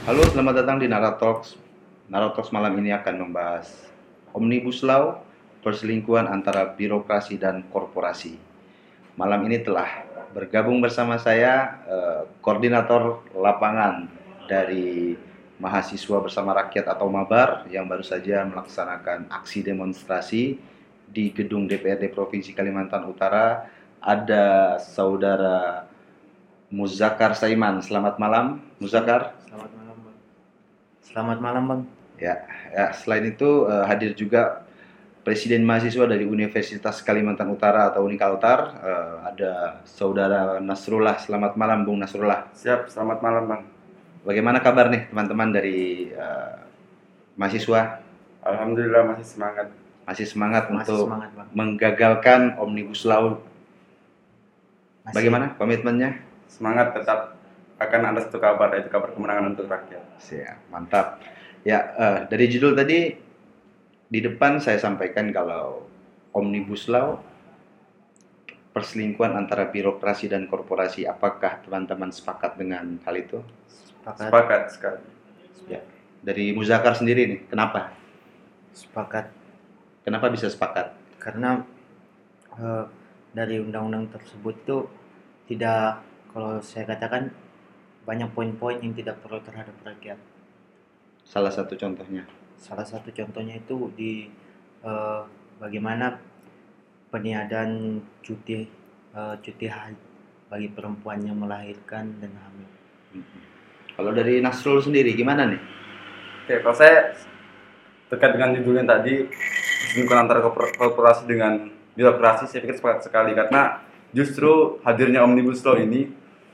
Halo, selamat datang di Naratalks. Naratalks malam ini akan membahas Omnibus Law, perselingkuhan antara birokrasi dan korporasi. Malam ini telah bergabung bersama saya koordinator lapangan dari mahasiswa bersama rakyat atau Mabar yang baru saja melaksanakan aksi demonstrasi di gedung DPRD Provinsi Kalimantan Utara. Ada saudara Muzakar Saiman. Selamat malam, Muzakar. Selamat malam, Bang. Selamat malam, Bang. Ya, selain itu hadir juga Presiden Mahasiswa dari Universitas Kalimantan Utara atau Unikaltar, ada Saudara Nasrullah. Selamat malam, Bung Nasrullah. Siap, selamat malam Bang. Bagaimana kabar nih teman-teman dari mahasiswa? Alhamdulillah masih semangat. Masih semangat Masih untuk semangat, Bang. menggagalkan Omnibus Law. Masih. Bagaimana komitmennya? Semangat tetap akan ada satu kabar, yaitu kabar kemenangan untuk rakyat. Siap, mantap. Ya, dari judul tadi di depan saya sampaikan kalau Omnibus Law perselingkuhan antara birokrasi dan korporasi. Apakah teman-teman sepakat dengan hal itu? Sepakat sekali. Ya. Dari Muzakar sendiri nih, kenapa? Sepakat. Kenapa bisa sepakat? Karena dari undang-undang tersebut itu tidak, kalau saya katakan, banyak poin-poin yang tidak perlu terhadap rakyat. Salah satu contohnya. Salah satu contohnya itu di bagaimana peniadaan cuti haid bagi perempuan yang melahirkan dan hamil. Kalau dari Nasrul sendiri gimana nih? Oke, kalau saya terkait dengan judulnya tadi, perselingkuhan antara korporasi dengan birokrasi, saya pikir sepakat sekali karena justru hadirnya Omnibus Law ini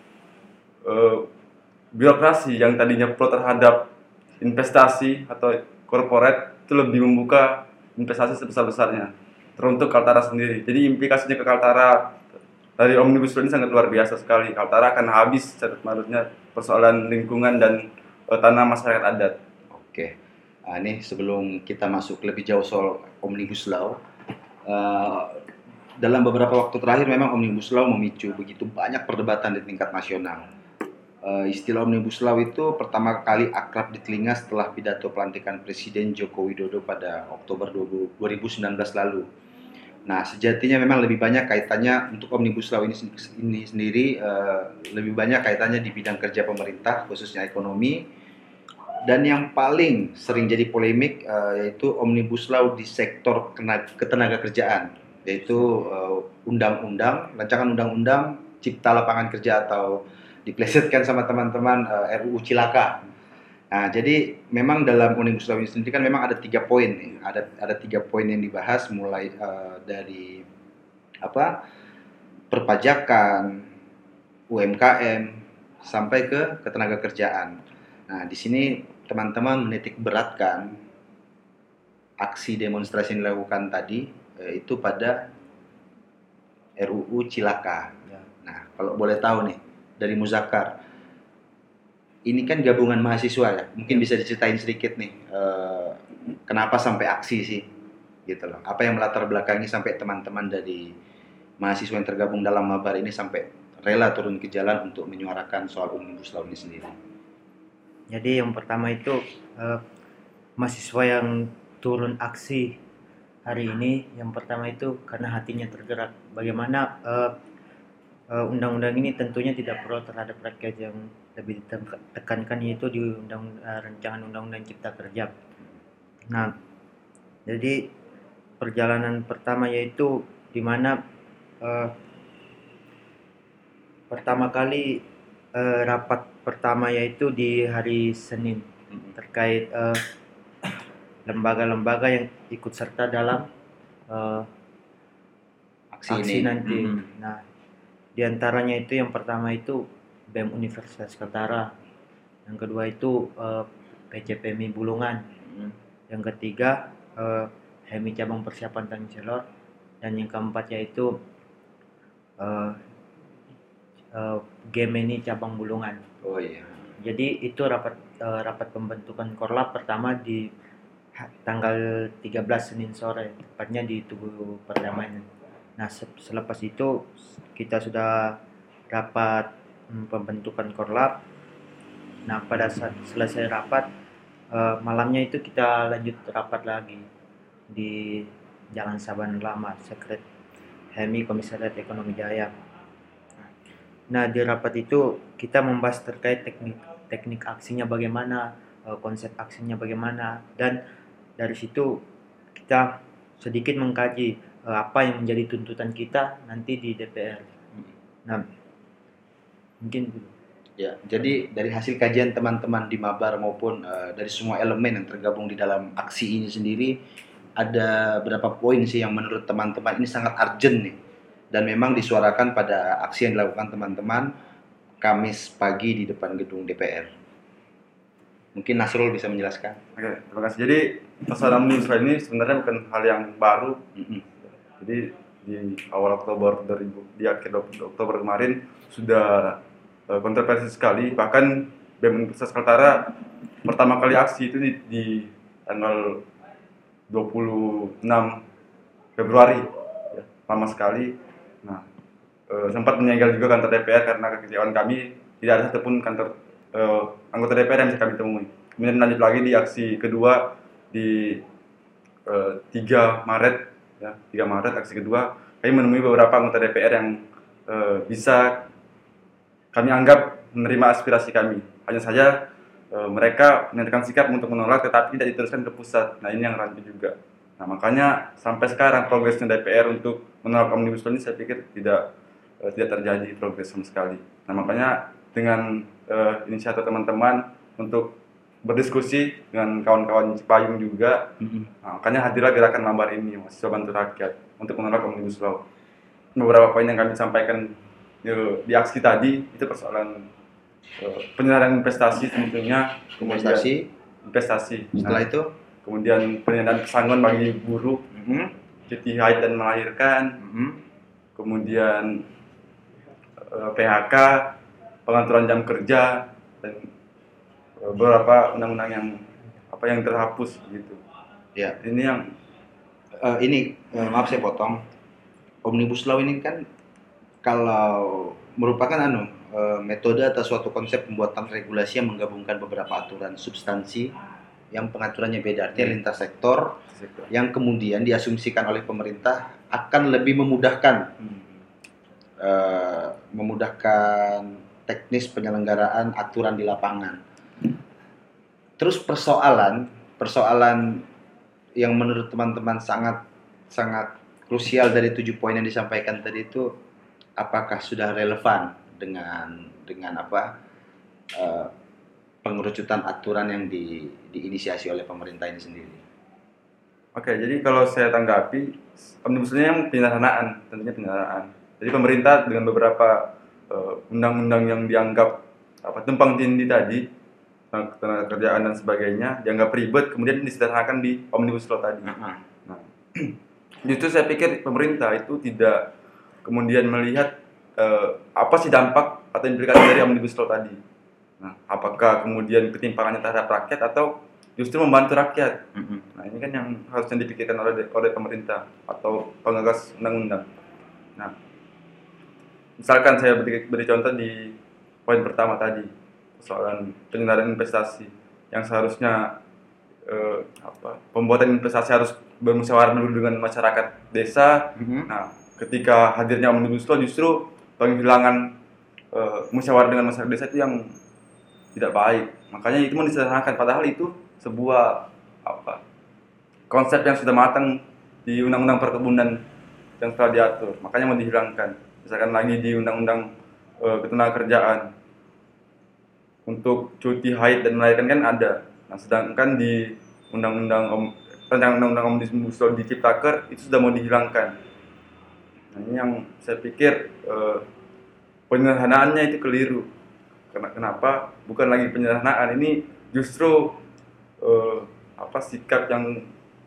birokrasi yang tadinya pro terhadap investasi atau korporat itu lebih membuka investasi sebesar-besarnya teruntuk Kaltara sendiri. Jadi implikasinya ke Kaltara dari Omnibus Law ini sangat luar biasa sekali. Kaltara akan habis carut-marutnya persoalan lingkungan dan tanah masyarakat adat. Oke, ini sebelum kita masuk lebih jauh soal Omnibus Law, dalam beberapa waktu terakhir memang Omnibus Law memicu begitu banyak perdebatan di tingkat nasional. Istilah Omnibus Law itu pertama kali akrab di telinga setelah pidato pelantikan Presiden Joko Widodo pada Oktober 2019 lalu. Nah, sejatinya memang lebih banyak kaitannya untuk Omnibus Law ini sendiri, lebih banyak kaitannya di bidang kerja pemerintah, khususnya ekonomi. Dan yang paling sering jadi polemik yaitu Omnibus Law di sektor ketenaga kerjaan, yaitu rancangan undang-undang Cipta Lapangan Kerja atau diplesetkan sama teman-teman RUU Cilaka. Nah, jadi memang dalam Omnibus Law ini sendiri kan memang ada 3 poin nih. Ada 3 poin yang dibahas mulai dari perpajakan, UMKM sampai ke ketenaga kerjaan. Nah, di sini teman-teman menitik beratkan aksi demonstrasi yang dilakukan tadi itu pada RUU Cilaka. Ya. Nah, kalau boleh tahu nih dari Muzakar, ini kan gabungan mahasiswa ya, mungkin bisa diceritain sedikit nih kenapa sampai aksi sih, gitu loh. Apa yang melatar belakangi sampai teman-teman dari mahasiswa yang tergabung dalam Mabar ini sampai rela turun ke jalan untuk menyuarakan soal Omnibus Law ini sendiri. Jadi yang pertama itu mahasiswa yang turun aksi hari ini, yang pertama itu karena hatinya tergerak. Bagaimana undang-undang ini tentunya tidak pro terhadap rakyat, yang lebih ditekankan yaitu di rancangan undang-undang Cipta Kerja. Nah, jadi perjalanan pertama yaitu di mana pertama kali rapat pertama yaitu di hari Senin terkait lembaga-lembaga yang ikut serta dalam aksi nanti. Nah, diantaranya itu yang pertama itu BEM Universitas Kaltara, yang kedua itu PCPMI Bulungan, yang ketiga HEMI Cabang Persiapan Tancelor, dan yang keempat yaitu GEMENI Cabang Bulungan. Oh iya. Jadi itu rapat pembentukan Korlap pertama di tanggal 13 Senin sore, tepatnya di Tugu Perdamaian. Nah, selepas itu kita sudah rapat pembentukan Korlap. Nah, pada saat selesai rapat, malamnya itu kita lanjut rapat lagi di Jalan Saban Lama, Sekret HMI Komisariat Ekonomi Jaya. Nah, di rapat itu kita membahas terkait teknik aksinya bagaimana, konsep aksinya bagaimana, dan dari situ kita sedikit mengkaji apa yang menjadi tuntutan kita nanti di DPR. Nah, mungkin Ya, jadi dari hasil kajian teman-teman di Mabar maupun dari semua elemen yang tergabung di dalam aksi ini sendiri, ada berapa poin sih yang menurut teman-teman ini sangat urgent nih, dan memang disuarakan pada aksi yang dilakukan teman-teman Kamis pagi di depan gedung DPR. Mungkin Nasrul bisa menjelaskan. Oke, terima kasih. Jadi masalah Omnibus Law ini sebenarnya bukan hal yang baru. Jadi di awal Oktober 2000, di akhir Oktober kemarin sudah kontroversi sekali. Bahkan BEM Universitas Kaltara pertama kali aksi itu di tanggal 26 Februari, ya, lama sekali. Nah, sempat menyegel juga kantor DPR karena kekecewaan kami tidak ada satupun kantor anggota DPR yang bisa kami temui. Kemudian lanjut lagi di aksi kedua di 3 Maret, ya, 3 Maret aksi kedua kami menemui beberapa anggota DPR yang bisa kami anggap menerima aspirasi kami. Hanya saja mereka menyatakan sikap untuk menolak tetapi tidak diteruskan ke pusat. Nah, ini yang rancu juga. Nah, makanya sampai sekarang progresnya DPR untuk menolak Omnibus Law ini saya pikir tidak terjadi progres sama sekali. Nah, makanya dengan inisiatif teman-teman untuk berdiskusi dengan kawan-kawan Cipayung juga, nah, makanya hadirlah gerakan Mabar ini, mahasiswa bantu rakyat, untuk menolak Omnibus Law. Beberapa poin yang kami sampaikan di aksi tadi itu persoalan penyelenggaraan investasi tentunya, kemudian investasi. Setelah itu kemudian penyelenggaraan pesangon bagi buruh, cuti haid dan melahirkan, kemudian PHK, pengaturan jam kerja, dan beberapa undang-undang yang terhapus gitu. ya, Ini yang maaf saya potong. Omnibus Law ini kan kalau merupakan metode atau suatu konsep pembuatan regulasi yang menggabungkan beberapa aturan substansi yang pengaturannya beda, artinya lintas sektor, yang kemudian diasumsikan oleh pemerintah akan lebih memudahkan teknis penyelenggaraan aturan di lapangan. Terus persoalan yang menurut teman-teman sangat krusial dari 7 poin yang disampaikan tadi itu, apakah sudah relevan dengan pengerucutan aturan yang diinisiasi oleh pemerintah ini sendiri? Oke, jadi kalau saya tanggapi, Omnibus Law yang penyederhanaan, tentunya penyederhanaan. Jadi pemerintah dengan beberapa undang-undang yang dianggap tumpang tindih tadi, tenaga kerjaan dan sebagainya, dianggap ribet, kemudian disederhanakan di Omnibus Law tadi. Nah, justru saya pikir pemerintah itu tidak kemudian melihat apa sih dampak atau implikasi dari Omnibus Law tadi. Nah, apakah kemudian ketimpangannya terhadap rakyat atau justru membantu rakyat? Nah, ini kan yang harusnya dipikirkan oleh pemerintah atau penggagas undang-undang. Nah, misalkan saya beri contoh di poin pertama tadi, persoalan penyelenggaraan investasi yang seharusnya pembuatan investasi harus bermusyawarah dulu dengan masyarakat desa. Nah, ketika hadirnya Omnibus Law justru penghilangan musyawarah dengan masyarakat desa itu yang tidak baik. Makanya itu mau disederhanakan, padahal itu sebuah konsep yang sudah matang di Undang-Undang Perkebunan yang telah diatur. Makanya mau dihilangkan. Misalkan lagi di Undang-Undang Ketenagakerjaan untuk cuti haid dan melahirkan kan ada. Nah, sedangkan di Undang-Undang Omnibus Law di Ciptaker itu sudah mau dihilangkan. Nah, ini yang saya pikir penyederhanaannya itu keliru. Kenapa? Bukan lagi penyederhanaan, ini justru sikap yang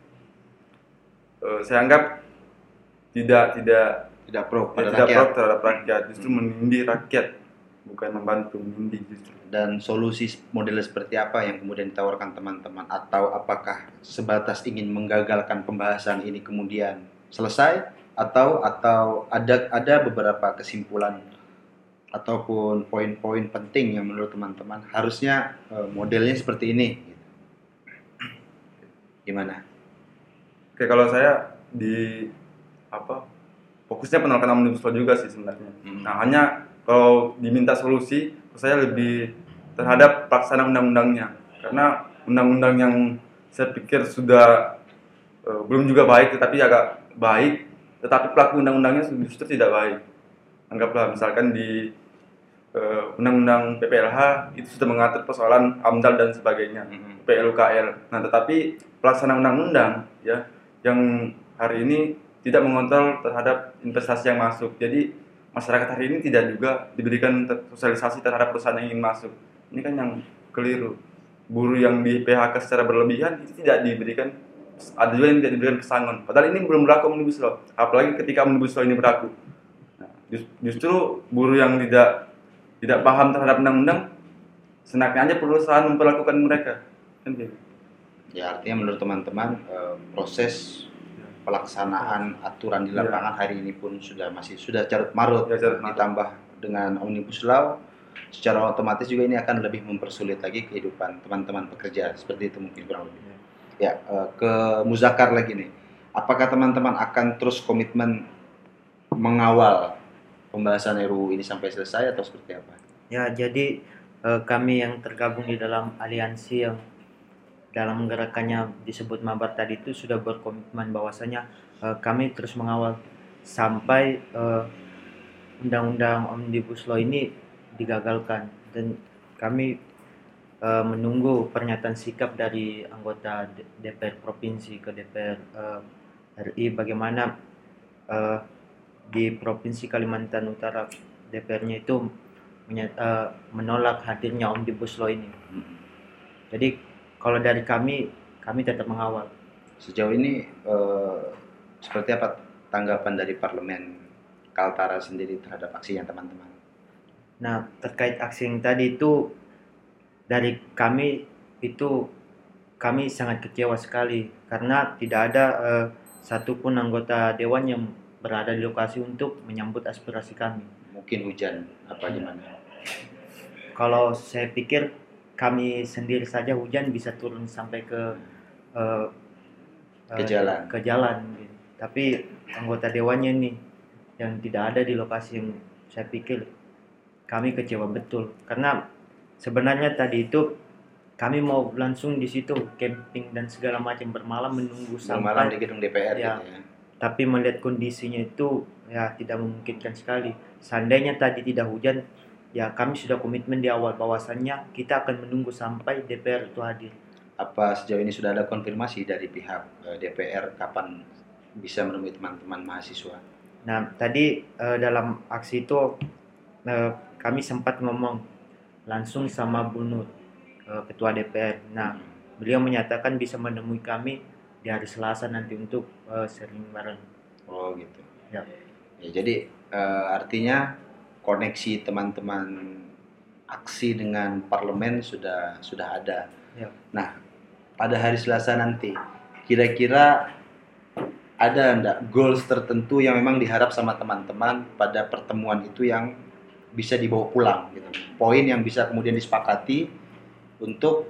saya anggap tidak pro terhadap rakyat, justru menindih rakyat, bukan membantu, menindih justru. Dan solusi model seperti apa yang kemudian ditawarkan teman-teman, atau apakah sebatas ingin menggagalkan pembahasan ini kemudian selesai, atau ada beberapa kesimpulan ataupun poin-poin penting yang menurut teman-teman harusnya modelnya seperti ini gitu. Gimana? Oke, kalau saya di apa fokusnya penolakan omnibus law juga sih sebenarnya. Nah, hanya kalau diminta solusi, saya lebih terhadap pelaksanaan undang-undangnya. Karena undang-undang yang saya pikir sudah belum juga baik, tetapi agak baik, tetapi pelaku undang-undangnya justru tidak baik. Anggaplah misalkan di Undang-Undang PPLH itu sudah mengatur persoalan AMDAL dan sebagainya, PLUKL. Nah, tetapi pelaksana undang-undang ya yang hari ini tidak mengontrol terhadap investasi yang masuk. Jadi masyarakat hari ini tidak juga diberikan sosialisasi terhadap perusahaan yang ingin masuk. Ini kan yang keliru. Buruh yang di PHK secara berlebihan itu tidak diberikan, ada juga yang tidak diberikan pesangon. Padahal ini belum berlaku omnibus law. Apalagi ketika omnibus law ini berlaku. Nah, justru buruh yang tidak paham terhadap undang-undang, senaknya aja perusahaan memperlakukan mereka. Kan gitu. Ya artinya menurut teman-teman proses pelaksanaan aturan di lapangan hari ini pun sudah carut marut. Ya, carut marut. Ditambah dengan omnibus law, secara otomatis juga ini akan lebih mempersulit lagi kehidupan teman-teman pekerja. Seperti itu mungkin kurang lebih. Ya, ke Muzakar lagi nih. Apakah teman-teman akan terus komitmen mengawal pembahasan RUU ini sampai selesai atau seperti apa? Ya, jadi kami yang tergabung di dalam aliansi yang dalam gerakannya disebut Mabar tadi itu sudah berkomitmen bahwasanya kami terus mengawal sampai undang-undang Omnibus Law ini digagalkan, dan kami menunggu pernyataan sikap dari anggota DPR provinsi ke DPR RI bagaimana di Provinsi Kalimantan Utara DPR-nya itu menolak hadirnya Omnibus Law ini. Jadi kalau dari kami tetap mengawal. Sejauh ini seperti apa tanggapan dari Parlemen Kaltara sendiri terhadap aksinya teman-teman? Nah, terkait aksi yang tadi itu dari kami itu kami sangat kecewa sekali karena tidak ada satupun anggota dewan yang berada di lokasi untuk menyambut aspirasi kami. Mungkin hujan apa gimana? Kalau saya pikir kami sendiri saja hujan bisa turun sampai ke jalan gitu. Tapi anggota dewannya nih yang tidak ada di lokasi, yang saya pikir kami kecewa betul karena sebenarnya tadi itu kami mau langsung di situ camping dan segala macam, bermalam menunggu bermalam di gedung DPR ya, gitu ya. Tapi melihat kondisinya itu ya tidak memungkinkan sekali. Seandainya tadi tidak hujan, ya kami sudah komitmen di awal bahwasannya kita akan menunggu sampai DPR itu hadir. Apa sejauh ini sudah ada konfirmasi dari pihak DPR kapan bisa menemui teman-teman mahasiswa? Nah, tadi dalam aksi itu kami sempat ngomong langsung sama Bu Nur, Ketua DPR. Nah, beliau menyatakan bisa menemui kami di hari Selasa nanti untuk sharing bareng. Oh gitu. Ya. Ya jadi artinya koneksi teman-teman aksi dengan parlemen sudah ada. Ya. Nah, pada hari Selasa nanti kira-kira ada enggak goals tertentu yang memang diharap sama teman-teman pada pertemuan itu yang bisa dibawa pulang gitu. Poin yang bisa kemudian disepakati untuk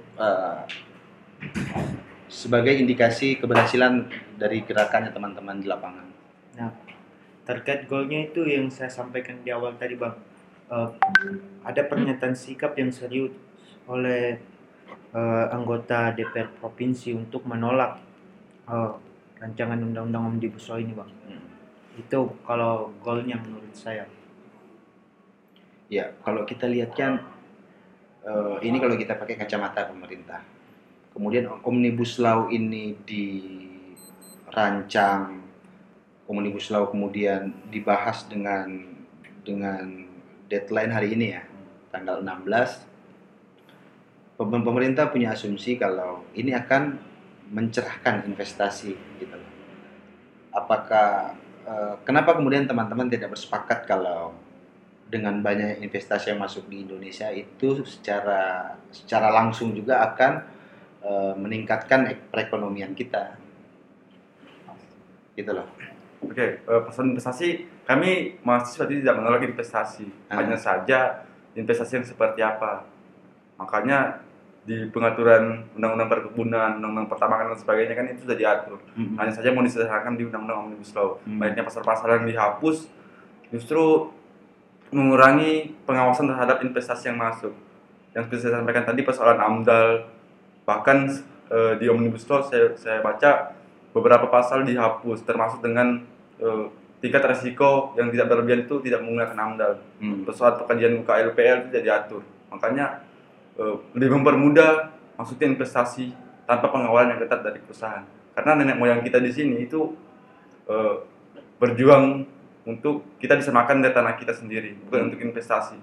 sebagai indikasi keberhasilan dari gerakannya teman-teman di lapangan. Nah, terkait goalnya itu yang saya sampaikan di awal tadi, Bang. Ada pernyataan sikap yang serius oleh anggota DPR provinsi untuk menolak rancangan undang-undang Omnibus Law ini, Bang. Itu kalau goalnya menurut saya. Ya, kalau kita lihat kan ini kalau kita pakai kacamata pemerintah. Kemudian Omnibus Law ini dirancang, Omnibus Law kemudian dibahas dengan deadline hari ini ya, tanggal 16. Pemerintah punya asumsi kalau ini akan mencerahkan investasi gitu. Apakah kenapa kemudian teman-teman tidak bersepakat kalau dengan banyak investasi yang masuk di Indonesia itu secara langsung juga akan meningkatkan perekonomian kita, gitu loh. Persoalan investasi, kami mahasiswa tidak menolak investasi, hanya saja investasi yang seperti apa. Makanya di pengaturan undang-undang perkebunan, undang-undang pertambangan dan sebagainya kan itu sudah diatur. Hanya saja mau disederhanakan di undang-undang Omnibus Law. Baiknya pasal-pasal yang dihapus justru mengurangi pengawasan terhadap investasi yang masuk. Yang seperti saya sampaikan tadi persoalan AMDAL, bahkan di Omnibus Law saya baca beberapa pasal dihapus, termasuk dengan tingkat resiko yang tidak berlebihan itu tidak menggunakan AMDAL. Persoalan pekerjaan UKLPL tidak diatur. Makanya lebih mempermudah maksudnya investasi tanpa pengawalan yang ketat dari perusahaan. Karena nenek moyang kita di sini itu berjuang untuk kita bisa makan dari tanah kita sendiri, bukan untuk investasi.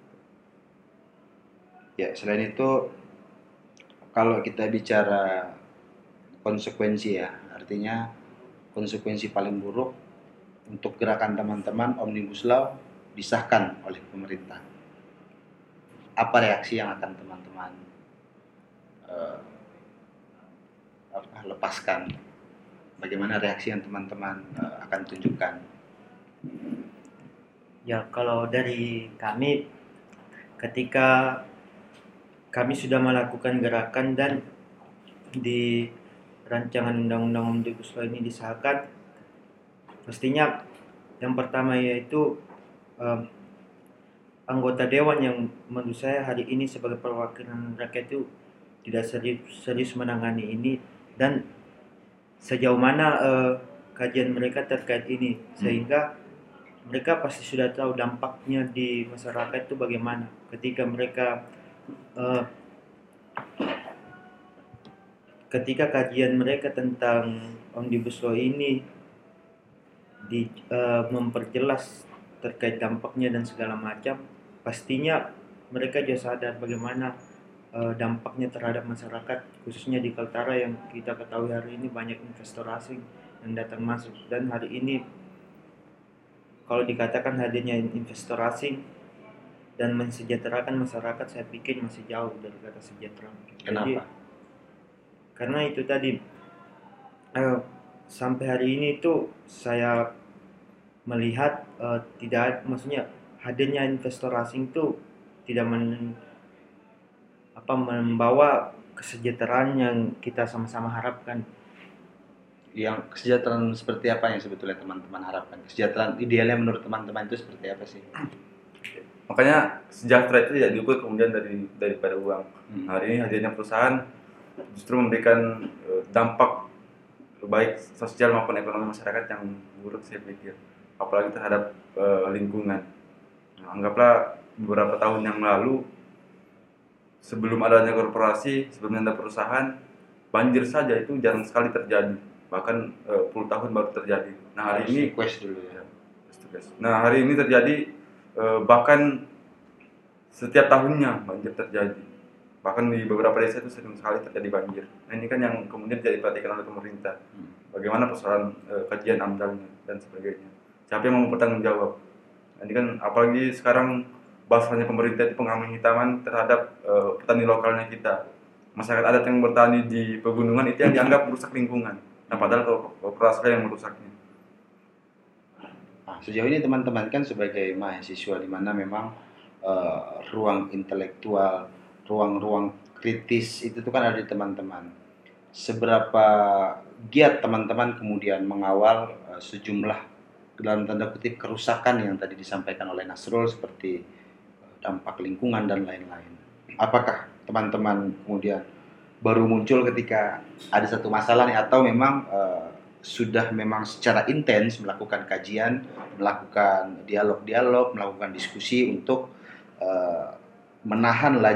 Ya, selain itu kalau kita bicara konsekuensi ya, artinya konsekuensi paling buruk untuk gerakan teman-teman Omnibus Law disahkan oleh pemerintah. Apa reaksi yang akan teman-teman lepaskan? Bagaimana reaksi yang teman-teman akan tunjukkan? Ya, kalau dari kami, ketika kami sudah melakukan gerakan dan di rancangan undang-undang Omnibus Law ini disahkan, pastinya yang pertama yaitu anggota dewan yang menurut saya hari ini sebagai perwakilan rakyat itu tidak serius menangani ini, dan sejauh mana kajian mereka terkait ini, sehingga mereka pasti sudah tahu dampaknya di masyarakat itu bagaimana ketika mereka ketika kajian mereka tentang Omnibus Law ini memperjelas terkait dampaknya dan segala macam, pastinya mereka juga sadar bagaimana dampaknya terhadap masyarakat, khususnya di Kaltara yang kita ketahui hari ini banyak investor asing yang datang masuk. Dan hari ini kalau dikatakan hadirnya investor asing dan mensejahterakan masyarakat, saya pikir masih jauh dari kata sejahtera. Kenapa? Karena itu tadi sampai hari ini tuh saya melihat tidak, maksudnya hadirnya investor asing tuh tidak membawa kesejahteraan yang kita sama-sama harapkan. Yang kesejahteraan seperti apa yang sebetulnya teman-teman harapkan? Kesejahteraan idealnya menurut teman-teman itu seperti apa sih? Makanya sejahtera itu tidak diukur kemudian daripada uang. Hari ini hadirnya perusahaan justru memberikan dampak baik sosial maupun ekonomi masyarakat yang buruk, saya pikir, apalagi terhadap lingkungan. Nah, anggaplah beberapa tahun yang lalu, sebelum adanya korporasi, sebelum ada perusahaan, banjir saja itu jarang sekali terjadi, bahkan puluh tahun baru terjadi. Nah hari ini dulu ya. Nah hari ini terjadi, bahkan setiap tahunnya banjir terjadi, bahkan di beberapa desa itu sering sekali terjadi banjir. Nah ini kan yang kemudian jadi diperhatikan oleh pemerintah, bagaimana persoalan kajian AMDAL-nya dan sebagainya, siapa yang mau bertanggung jawab. Nah, ini kan apalagi sekarang bahasanya pemerintah itu pengambang hitaman terhadap petani lokalnya kita, masyarakat adat yang bertani di pegunungan itu yang dianggap merusak lingkungan. Nah padahal korporasi yang merusaknya. Nah, sejauh ini teman-teman kan sebagai mahasiswa di mana memang ruang intelektual, ruang-ruang kritis itu tuh kan ada di teman-teman. Seberapa giat teman-teman kemudian mengawal sejumlah dalam tanda kutip kerusakan yang tadi disampaikan oleh Nasrul seperti dampak lingkungan dan lain-lain. Apakah teman-teman kemudian baru muncul ketika ada satu masalah nih, atau memang sudah memang secara intens melakukan kajian, melakukan dialog-dialog, melakukan diskusi untuk menahan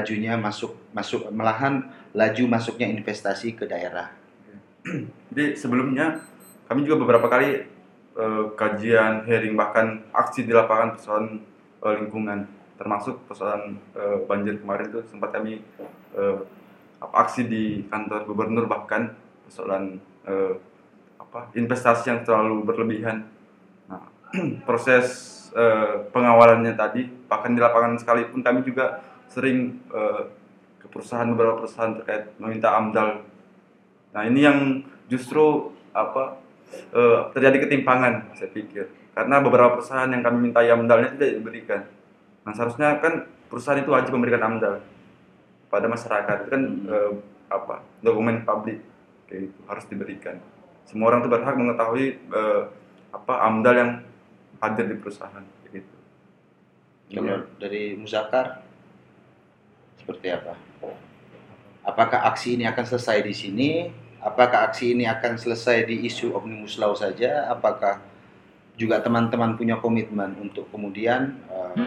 laju masuknya investasi ke daerah. Jadi sebelumnya kami juga beberapa kali kajian, hearing, bahkan aksi di lapangan persoalan lingkungan, termasuk persoalan banjir kemarin itu sempat kami aksi di kantor gubernur, bahkan persoalan investasi yang terlalu berlebihan. Nah, proses pengawalannya tadi, bahkan di lapangan sekalipun kami juga sering ke beberapa perusahaan terkait meminta AMDAL. Nah ini yang justru terjadi ketimpangan, saya pikir. Karena beberapa perusahaan yang kami minta amdalnya tidak diberikan. Nah, seharusnya kan perusahaan itu wajib memberikan amdal pada masyarakat. Itu kan dokumen publik kayak gitu, harus diberikan. Semua orang itu berhak mengetahui amdal yang hadir di perusahaan kayak gitu. Kalau dari Muzakar seperti apa? Apakah aksi ini akan selesai di sini? Apakah aksi ini akan selesai di isu Omnibus Law saja? Apakah juga teman-teman punya komitmen untuk kemudian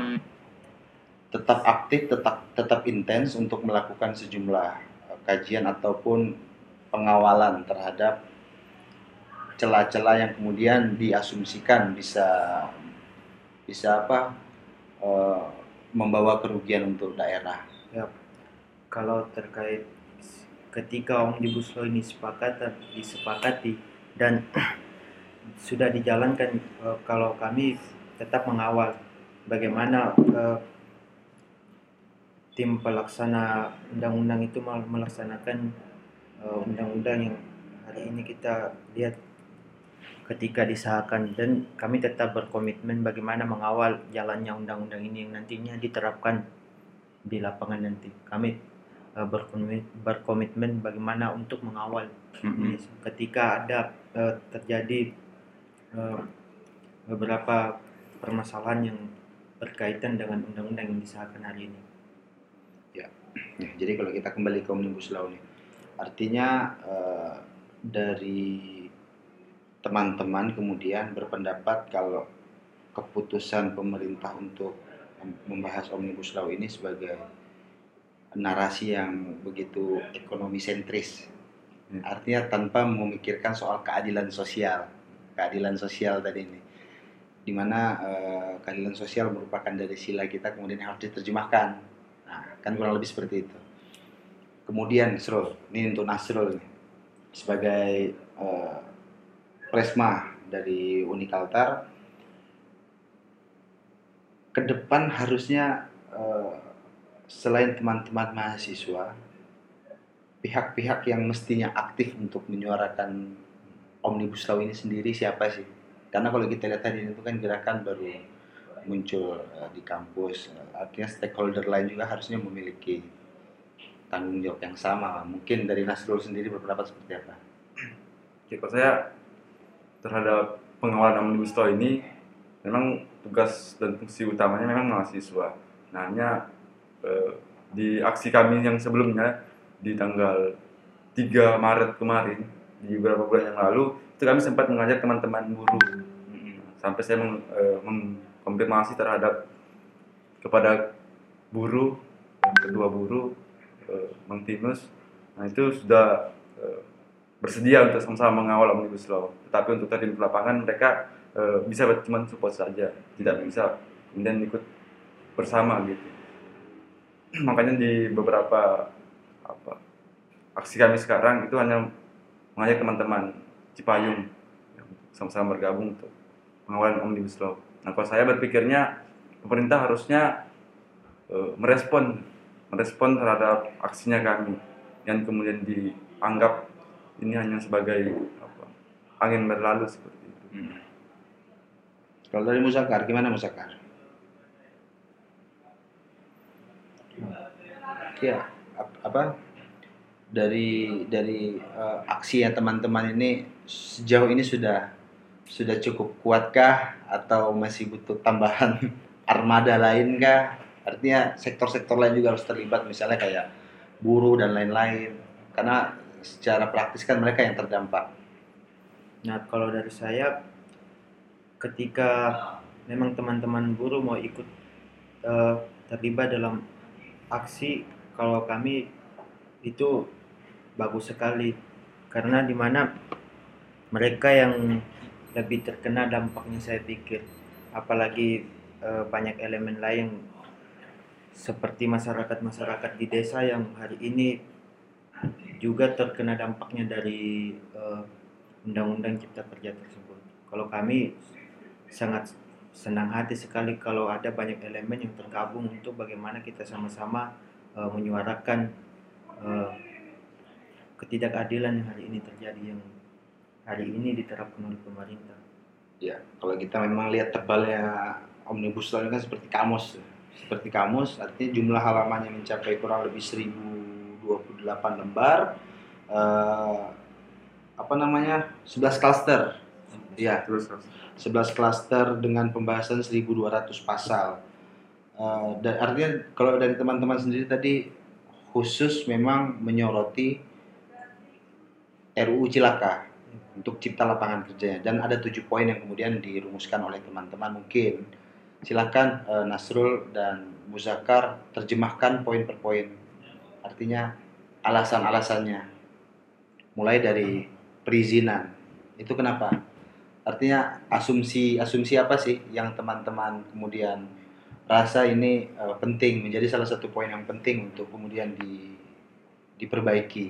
tetap aktif, tetap intens untuk melakukan sejumlah kajian ataupun pengawalan terhadap celah-celah yang kemudian diasumsikan bisa membawa kerugian untuk daerah. Ya, kalau terkait ketika Omnibus Law ini disepakati dan sudah dijalankan, kalau kami tetap mengawal bagaimana tim pelaksana undang-undang itu melaksanakan undang-undang yang hari ini kita lihat ketika disahkan, dan kami tetap berkomitmen bagaimana mengawal jalannya undang-undang ini yang nantinya diterapkan di lapangan nanti. Kami berkomitmen bagaimana untuk mengawal ketika ada terjadi beberapa permasalahan yang berkaitan dengan undang-undang yang disahkan hari ini. Ya, jadi kalau kita kembali ke Omnibus Law ini, artinya dari teman-teman kemudian berpendapat kalau keputusan pemerintah untuk membahas Omnibus Law ini sebagai narasi yang begitu ekonomi sentris, artinya tanpa memikirkan soal keadilan sosial tadi ini, dimana keadilan sosial merupakan dari sila kita kemudian harus diterjemahkan. Nah, kan kurang lebih seperti itu. Kemudian Nasrul, ini untuk Nasrul nih, sebagai Presma dari Unikaltar, ke depan harusnya selain teman-teman mahasiswa, pihak-pihak yang mestinya aktif untuk menyuarakan Omnibus Law ini sendiri siapa sih? Karena kalau kita lihat tadi itu kan gerakan baru muncul di kampus, artinya stakeholder lain juga harusnya memiliki tanggung jawab yang sama. Mungkin dari Nasrul sendiri berpendapat seperti apa? Kalau saya terhadap pengawalan Omnibus Law ini, memang tugas dan fungsi utamanya memang mahasiswa. Nah, hanya di aksi kami yang sebelumnya di tanggal 3 Maret kemarin, di beberapa bulan yang lalu, itu kami sempat mengajak teman-teman buruh. Sampai saya mengkonfirmasi terhadap kepada buruh, ketua buruh, Bang Tinus. Nah, itu sudah bersedia untuk sama-sama mengawal Omnibus Law. Tetapi untuk terjun ke lapangan mereka bisa cuma support saja, tidak bisa kemudian ikut bersama gitu. Makanya di beberapa aksi kami sekarang itu hanya mengajak teman-teman Cipayung sama-sama bergabung untuk pengawalan Omnibus Law. Nah, kalau saya berpikirnya pemerintah harusnya merespon terhadap aksinya kami yang kemudian dianggap ini hanya sebagai angin berlalu seperti itu. Kalau dari Muzakar, gimana Muzakar? Ya, dari aksi ya teman-teman ini sejauh ini sudah cukup kuatkah atau masih butuh tambahan armada lain kah? Artinya sektor-sektor lain juga harus terlibat, misalnya kayak buruh dan lain-lain, karena secara praktis kan mereka yang terdampak. Nah, kalau dari saya, ketika memang teman-teman buruh mau ikut terlibat dalam aksi, kalau kami itu bagus sekali, karena dimana mereka yang lebih terkena dampaknya, saya pikir, apalagi banyak elemen lain seperti masyarakat di desa yang hari ini juga terkena dampaknya dari Undang-Undang Cipta Kerja tersebut. Kalau kami sangat senang hati sekali kalau ada banyak elemen yang tergabung untuk bagaimana kita sama-sama menyuarakan ketidakadilan yang hari ini terjadi, yang hari ini diterapkan oleh pemerintah. Ya, kalau kita memang lihat tebalnya Omnibus Law ini kan seperti kamus. Seperti kamus, artinya jumlah halamannya mencapai kurang lebih 1028 lembar. Eh, apa namanya? 11 klaster. Ya, Terus 11 klaster dengan pembahasan 1200 pasal. Dan artinya kalau dari teman-teman sendiri tadi khusus memang menyoroti RUU Cilaka untuk cipta lapangan kerjanya, dan ada 7 poin yang kemudian dirumuskan oleh teman-teman. Mungkin silakan Nasrul dan Muzakar terjemahkan poin per poin, artinya alasan-alasannya, mulai dari perizinan itu kenapa, artinya asumsi apa sih yang teman-teman kemudian rasa ini penting, menjadi salah satu poin yang penting untuk kemudian diperbaiki.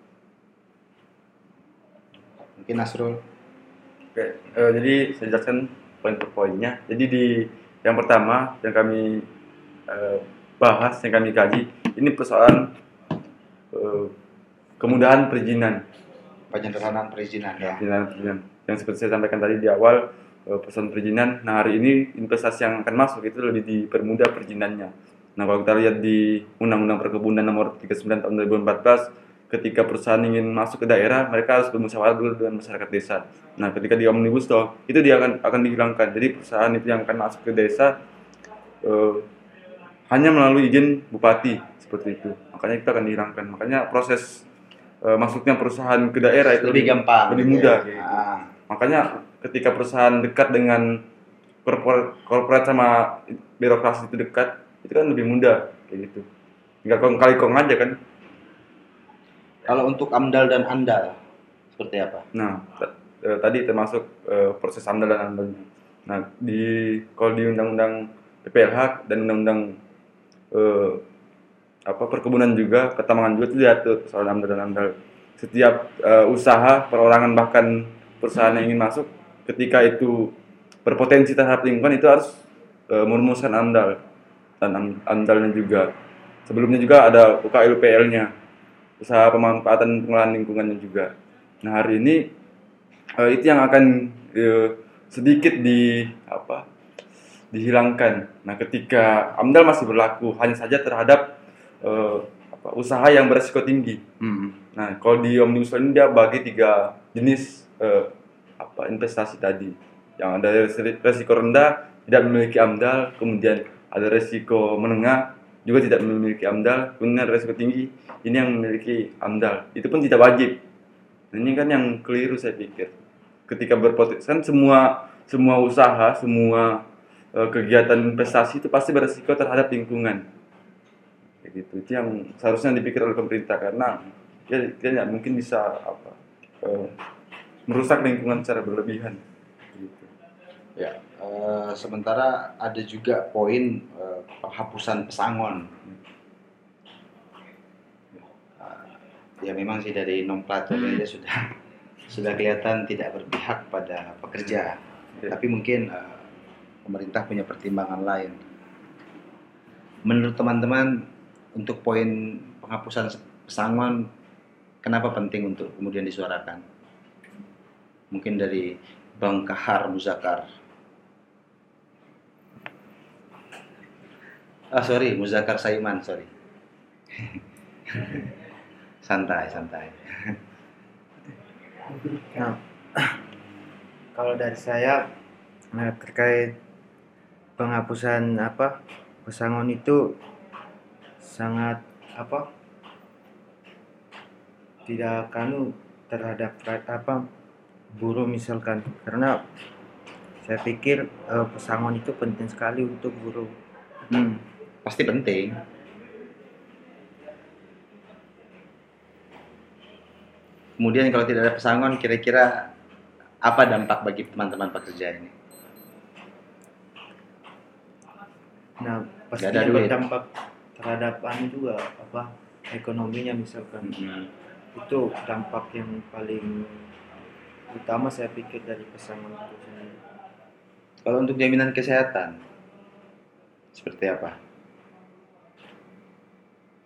Mungkin Nasrul. Oke, jadi saya jelaskan poin per poinnya. Jadi di yang pertama yang kami bahas, yang kami kaji, ini persoalan kemudahan perizinan. Penyederhanaan perizinan ya. Perizinan. Yang seperti saya sampaikan tadi di awal, persoalan perizinan. Nah, hari ini investasi yang akan masuk itu lebih dipermudah perizinannya. Nah, kalau kita lihat di Undang-Undang Perkebunan Nomor 39 Tahun 2014, ketika perusahaan ingin masuk ke daerah, mereka harus bermusyawarah dulu dengan masyarakat desa. Nah, ketika di Omnibus Law, itu dia akan dihilangkan. Jadi perusahaan itu yang akan masuk ke desa hanya melalui izin bupati, seperti itu. Makanya kita akan dihilangkan. Makanya proses masuknya perusahaan ke daerah itu lebih gampang, lebih mudah. ya. Gitu. Makanya ketika perusahaan dekat dengan korporat sama birokrasi itu dekat, itu kan lebih mudah kayak gitu. Nggak kong kali kong aja kan. Kalau untuk AMDAL dan ANDAL seperti apa? Nah, tadi termasuk proses AMDAL dan ANDALnya. Nah, kalau di Undang-Undang PPLH dan Undang-Undang perkebunan juga, pertambangan juga itu diatur soal AMDAL dan ANDAL. Setiap usaha perorangan bahkan perusahaan yang ingin masuk, ketika itu berpotensi terhadap lingkungan, itu harus merumuskan AMDAL dan ANDALnya juga. Sebelumnya juga ada UKLPL-nya, usaha pemanfaatan pengelolaan lingkungannya juga. Nah, hari ini itu yang akan sedikit dihilangkan. Nah, ketika AMDAL masih berlaku hanya saja terhadap usaha yang beresiko tinggi. Nah, kalau di Omnibus Law ini dia bagi 3 jenis investasi tadi. Yang ada resiko rendah, tidak memiliki AMDAL, kemudian ada resiko menengah, juga tidak memiliki AMDAL, kemudian resiko tinggi, ini yang memiliki AMDAL. Itu pun tidak wajib. Nah, ini kan yang keliru saya pikir. Ketika berpotensi, kan semua usaha, semua kegiatan investasi itu pasti beresiko terhadap lingkungan. Gitu. Itu yang seharusnya dipikir oleh pemerintah, karena dia tidak mungkin bisa merusak lingkungan secara berlebihan. Gitu. Ya, sementara ada juga poin penghapusan pesangon. Ya memang sih dari nomenklaturnya aja sudah kelihatan tidak berpihak pada pekerja. Tapi mungkin pemerintah punya pertimbangan lain. Menurut teman-teman, untuk poin penghapusan pesangon, kenapa penting untuk kemudian disuarakan? Mungkin dari Bang Kahar Muzakar. Muzakar Saiman, sorry. Santai. Nah, kalau dari saya terkait penghapusan pesangon itu sangat tidak terhadap buruh misalkan, karena saya pikir pesangon itu penting sekali untuk buruh. Pasti penting. Kemudian kalau tidak ada pesangon, kira-kira apa dampak bagi teman-teman pekerja ini? Nah, pastinya berdampak terhadap juga ekonominya misalkan. Itu dampak yang paling utama saya pikir dari pesangon itu sendiri. Kalau untuk jaminan kesehatan seperti apa?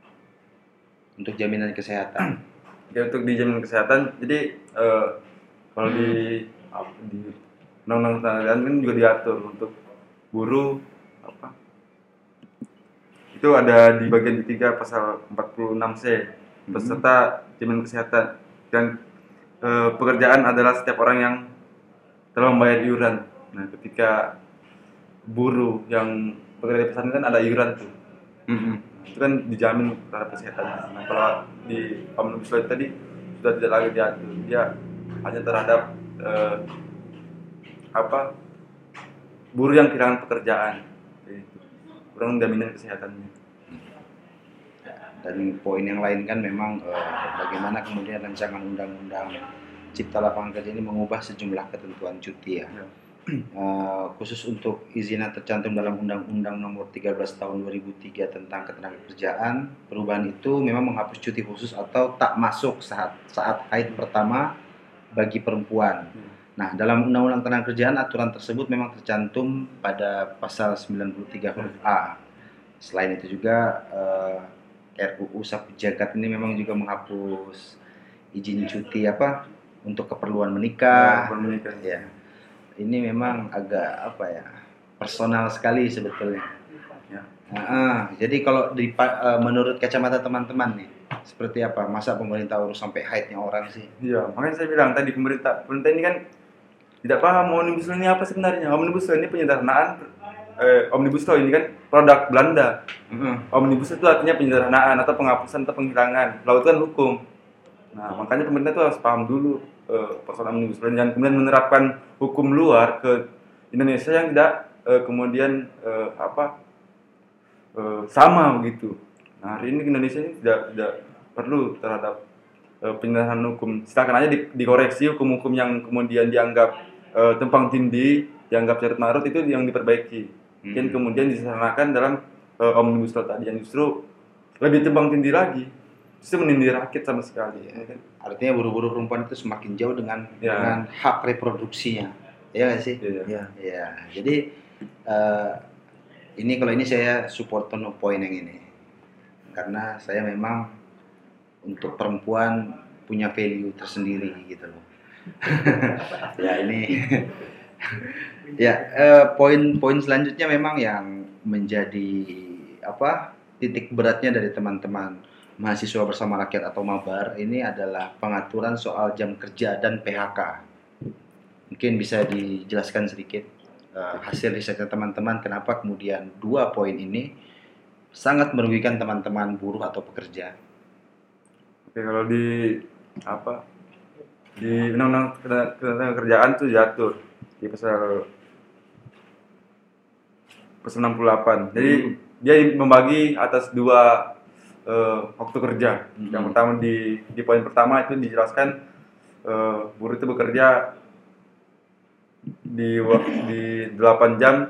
Untuk jaminan kesehatan. Ya, untuk di jaminan kesehatan, jadi Kalau di undang-undang ketenagakerjaan kan juga diatur untuk buruh apa? Itu ada di bagian ketiga pasal 46C beserta jaminan kesehatan dan pekerjaan adalah setiap orang yang telah membayar iuran. Nah, ketika buruh yang bekerja di perusahaan kan ada iuran tuh. Itu kan dijamin terhadap kesehatannya. Nah, kalau di Omnibus Law tadi sudah tidak lagi diatur, dia hanya terhadap buruh yang kehilangan pekerjaan, gitu. Kurang jaminan kesehatannya. Dan poin yang lain kan memang bagaimana kemudian rancangan undang-undang Cipta Lapangan Kerja ini mengubah sejumlah ketentuan cuti ya. Khusus untuk izin yang tercantum dalam Undang-Undang Nomor 13 Tahun 2003 tentang Ketenagakerjaan, perubahan itu memang menghapus cuti khusus atau tak masuk saat haid pertama bagi perempuan. Nah, dalam Undang-Undang Ketenagakerjaan aturan tersebut memang tercantum pada pasal 93 huruf A. Selain itu juga RUU Sapu Jagat ini memang juga menghapus izin cuti untuk keperluan menikah. Ya. Ini memang agak personal sekali sebetulnya. Ya. Jadi kalau menurut kacamata teman-teman nih, seperti apa? Masa pemerintah urus sampai haidnya orang sih? Iya, makanya saya bilang tadi pemerintah ini kan tidak paham Omnibus Law ini apa sebenarnya. Omnibus Law ini penyederhanaan. Omnibus Law ini kan produk Belanda. Omnibus itu artinya penyederhanaan atau penghapusan atau penghilangan. Law itu kan hukum. Nah, makanya pemerintah itu harus paham dulu persoalan Omnibus Law dan kemudian menerapkan hukum luar ke Indonesia yang tidak kemudian sama begitu. Nah, hari ini Indonesia ini tidak perlu terhadap penyederhanaan hukum. Silakan aja dikoreksi hukum-hukum yang kemudian dianggap tumpang tindih, dianggap carut marut itu yang diperbaiki. Mungkin kemudian disederhanakan dalam Omnibus Law tadi yang justru lebih tumpang tindih lagi. Justru menindih rakyat sama sekali. Ya. Artinya buruh-buruh perempuan itu semakin jauh dengan hak reproduksinya, ya nggak sih? Ya. Jadi kalau ini saya support penuh poin yang ini, karena saya memang untuk perempuan punya value tersendiri gitu loh. Ya ini. Poin selanjutnya memang yang menjadi titik beratnya dari teman-teman mahasiswa bersama rakyat atau mabar ini adalah pengaturan soal jam kerja dan PHK. Mungkin bisa dijelaskan sedikit hasil risetnya teman-teman kenapa kemudian dua poin ini sangat merugikan teman-teman buruh atau pekerja. Oke, kalau di Undang-Undang Ketenagakerjaan itu diatur di pasal 68. Jadi dia membagi atas dua waktu kerja. Yang pertama di poin pertama itu dijelaskan buruh itu bekerja di 8 jam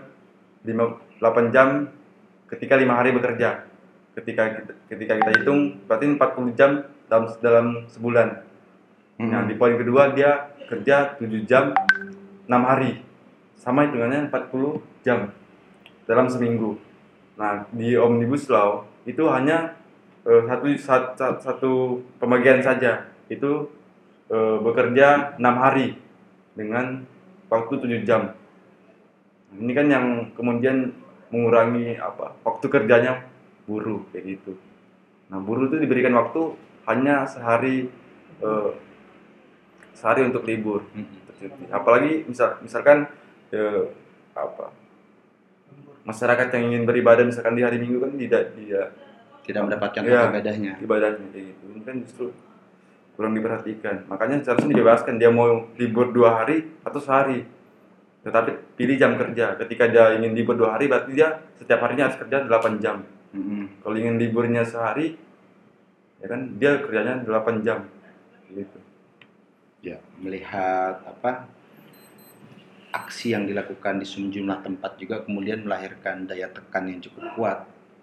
ketika 5 hari bekerja. Ketika kita hitung berarti 40 jam dalam sebulan. Nah, di poin kedua dia kerja 7 jam 6 hari. Sama hitungannya 40 jam dalam seminggu. Nah, di Omnibus Law itu hanya satu pembagian saja, itu bekerja 6 hari dengan waktu 7 jam. Ini kan yang kemudian mengurangi waktu kerjanya buruh kayak gitu. Nah, buruh itu diberikan waktu hanya sehari untuk libur. Apalagi misalkan masyarakat yang ingin beribadah misalkan di hari Minggu kan tidak mendapatkan ibadahnya kayak gitu. Ini kan justru kurang diperhatikan. Makanya seharusnya dibebaskan dia mau libur 2 hari atau sehari. Tetapi pilih jam kerja. Ketika dia ingin libur 2 hari berarti dia setiap harinya harus kerja 8 jam. Kalau ingin liburnya sehari ya kan dia kerjanya 8 jam gitu. Ya, melihat aksi yang dilakukan di sejumlah tempat juga kemudian melahirkan daya tekan yang cukup kuat.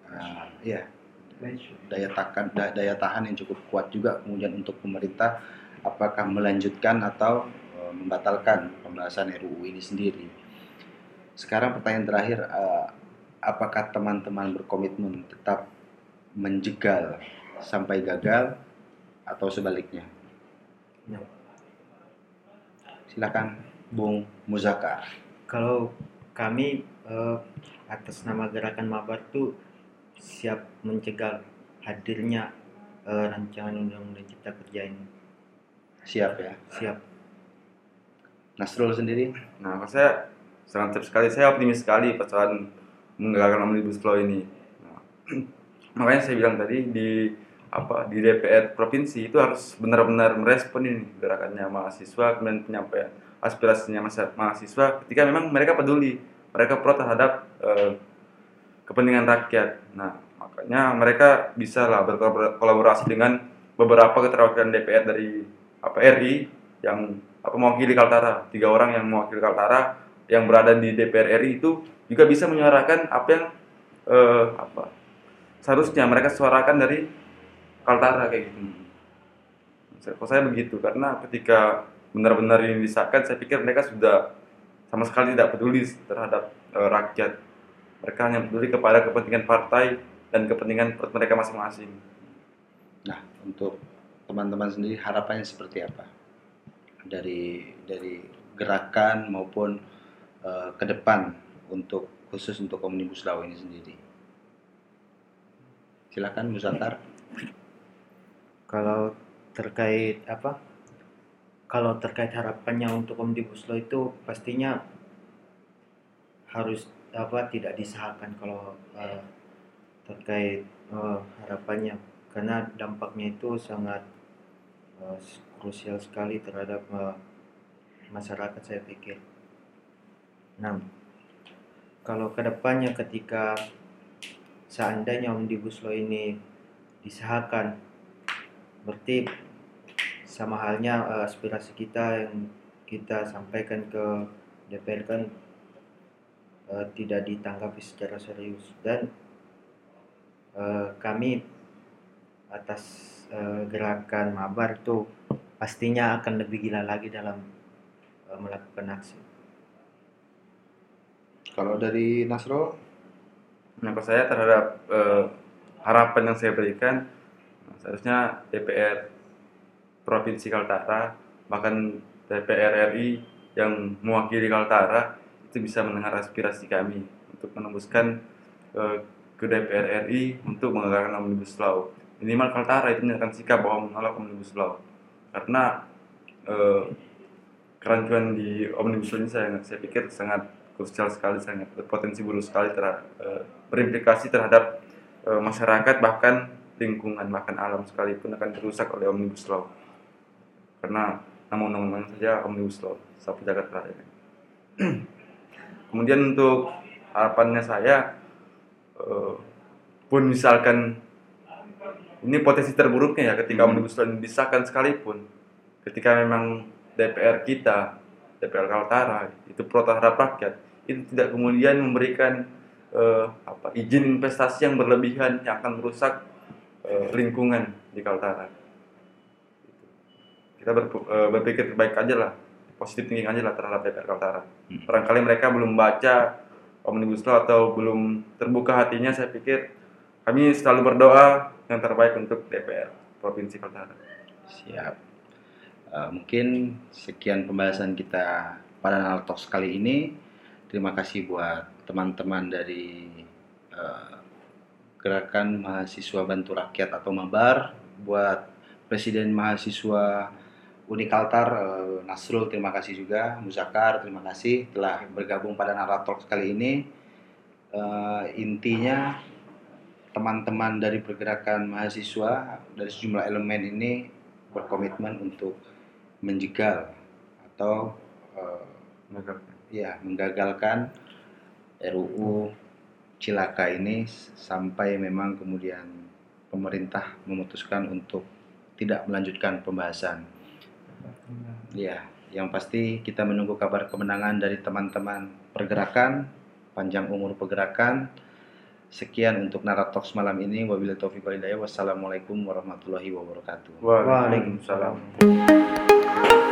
Daya tahan yang cukup kuat juga kemudian untuk pemerintah apakah melanjutkan atau membatalkan pembahasan RUU ini sendiri. Sekarang pertanyaan terakhir, apakah teman-teman berkomitmen tetap menjegal sampai gagal atau sebaliknya? Silakan Bung Muzakar. Kalau kami atas nama Gerakan Mabar tuh siap mencegah hadirnya rancangan undang-undang Cipta Kerja ini. Siap ya. Siap. Nasrul sendiri? Nah, kalau saya sangat siap sekali, saya optimis sekali persoalan menggagalkan Omnibus Law ini. Nah, makanya saya bilang tadi di DPR provinsi itu harus benar-benar merespon ini gerakannya mahasiswa, kemudian penyampaian aspirasinya mahasiswa ketika memang mereka peduli, mereka pro terhadap kepentingan rakyat. Nah, makanya mereka bisa lah berkolaborasi dengan beberapa keterwakilan DPR dari RI yang mewakili Kaltara. 3 orang yang mewakili Kaltara yang berada di DPR RI itu juga bisa menyuarakan apa yang seharusnya mereka suarakan dari Kaltara kayak gitu. Kalau saya begitu, karena ketika benar-benar ini disahkan, saya pikir mereka sudah sama sekali tidak peduli terhadap rakyat. Mereka hanya peduli kepada kepentingan partai dan kepentingan perut mereka masing-masing. Nah, untuk teman-teman sendiri harapannya seperti apa dari gerakan maupun ke depan khusus untuk Omnibus Law ini sendiri? Silakan Muzakar. Kalau terkait harapannya untuk Omnibus Law itu pastinya harus tidak disahkan kalau terkait harapannya, karena dampaknya itu sangat krusial sekali terhadap masyarakat, saya pikir. Nah, kalau kedepannya ketika seandainya Omnibus Law ini disahkan, berarti sama halnya aspirasi kita yang kita sampaikan ke DPR kan tidak ditanggapi secara serius, dan kami atas gerakan Mabar itu pastinya akan lebih gila lagi dalam melakukan aksi. Kalau dari Nasrul? Nah, kalau saya terhadap harapan yang saya berikan, seharusnya DPR Provinsi Kaltara, bahkan DPR RI yang mewakili Kaltara itu bisa mendengar aspirasi kami untuk menembuskan ke DPR RI untuk menggagalkan Omnibus Law. Minimal Kaltara itu menyatakan sikap bahwa menolak Omnibus Law, karena kerancuan di Omnibus Law ini saya pikir sangat krusial sekali, sangat berpotensi buruk sekali berimplikasi terhadap masyarakat, bahkan lingkungan, bahkan alam sekalipun akan dirusak oleh Omnibus Law. Karena nama undang-undang saja Omnibus Law, sapu jagat raya. Kemudian untuk harapannya saya, pun misalkan ini potensi terburuknya ya ketika Omnibus Law disahkan sekalipun, ketika memang DPR kita, DPR Kaltara itu pro terhadap rakyat, itu tidak kemudian memberikan izin investasi yang berlebihan yang akan merusak lingkungan di Kaltara. Kita berpikir baik aja lah, positif thinking aja lah terhadap DPR Kaltara. Barangkali mereka belum baca Omnibus Law atau belum terbuka hatinya. Saya pikir kami selalu berdoa yang terbaik untuk DPR Provinsi Kaltara. Siap. Mungkin sekian pembahasan kita pada Naltalks kali ini. Terima kasih buat teman-teman dari Gerakan Mahasiswa Bantu Rakyat atau Mabar, buat Presiden Mahasiswa Unikaltar Nasrul, terima kasih juga. Muzakar, terima kasih telah bergabung pada Naltalks kali ini. Intinya teman-teman dari pergerakan mahasiswa dari sejumlah elemen ini berkomitmen untuk menjegal atau menggagalkan RUU Cilaka ini sampai memang kemudian pemerintah memutuskan untuk tidak melanjutkan pembahasan. Ya, yang pasti kita menunggu kabar kemenangan dari teman-teman pergerakan, panjang umur pergerakan. Sekian untuk Naltalks malam ini. Wabillahi taufiq wal hidayah. Wassalamualaikum warahmatullahi wabarakatuh. Waalaikumsalam.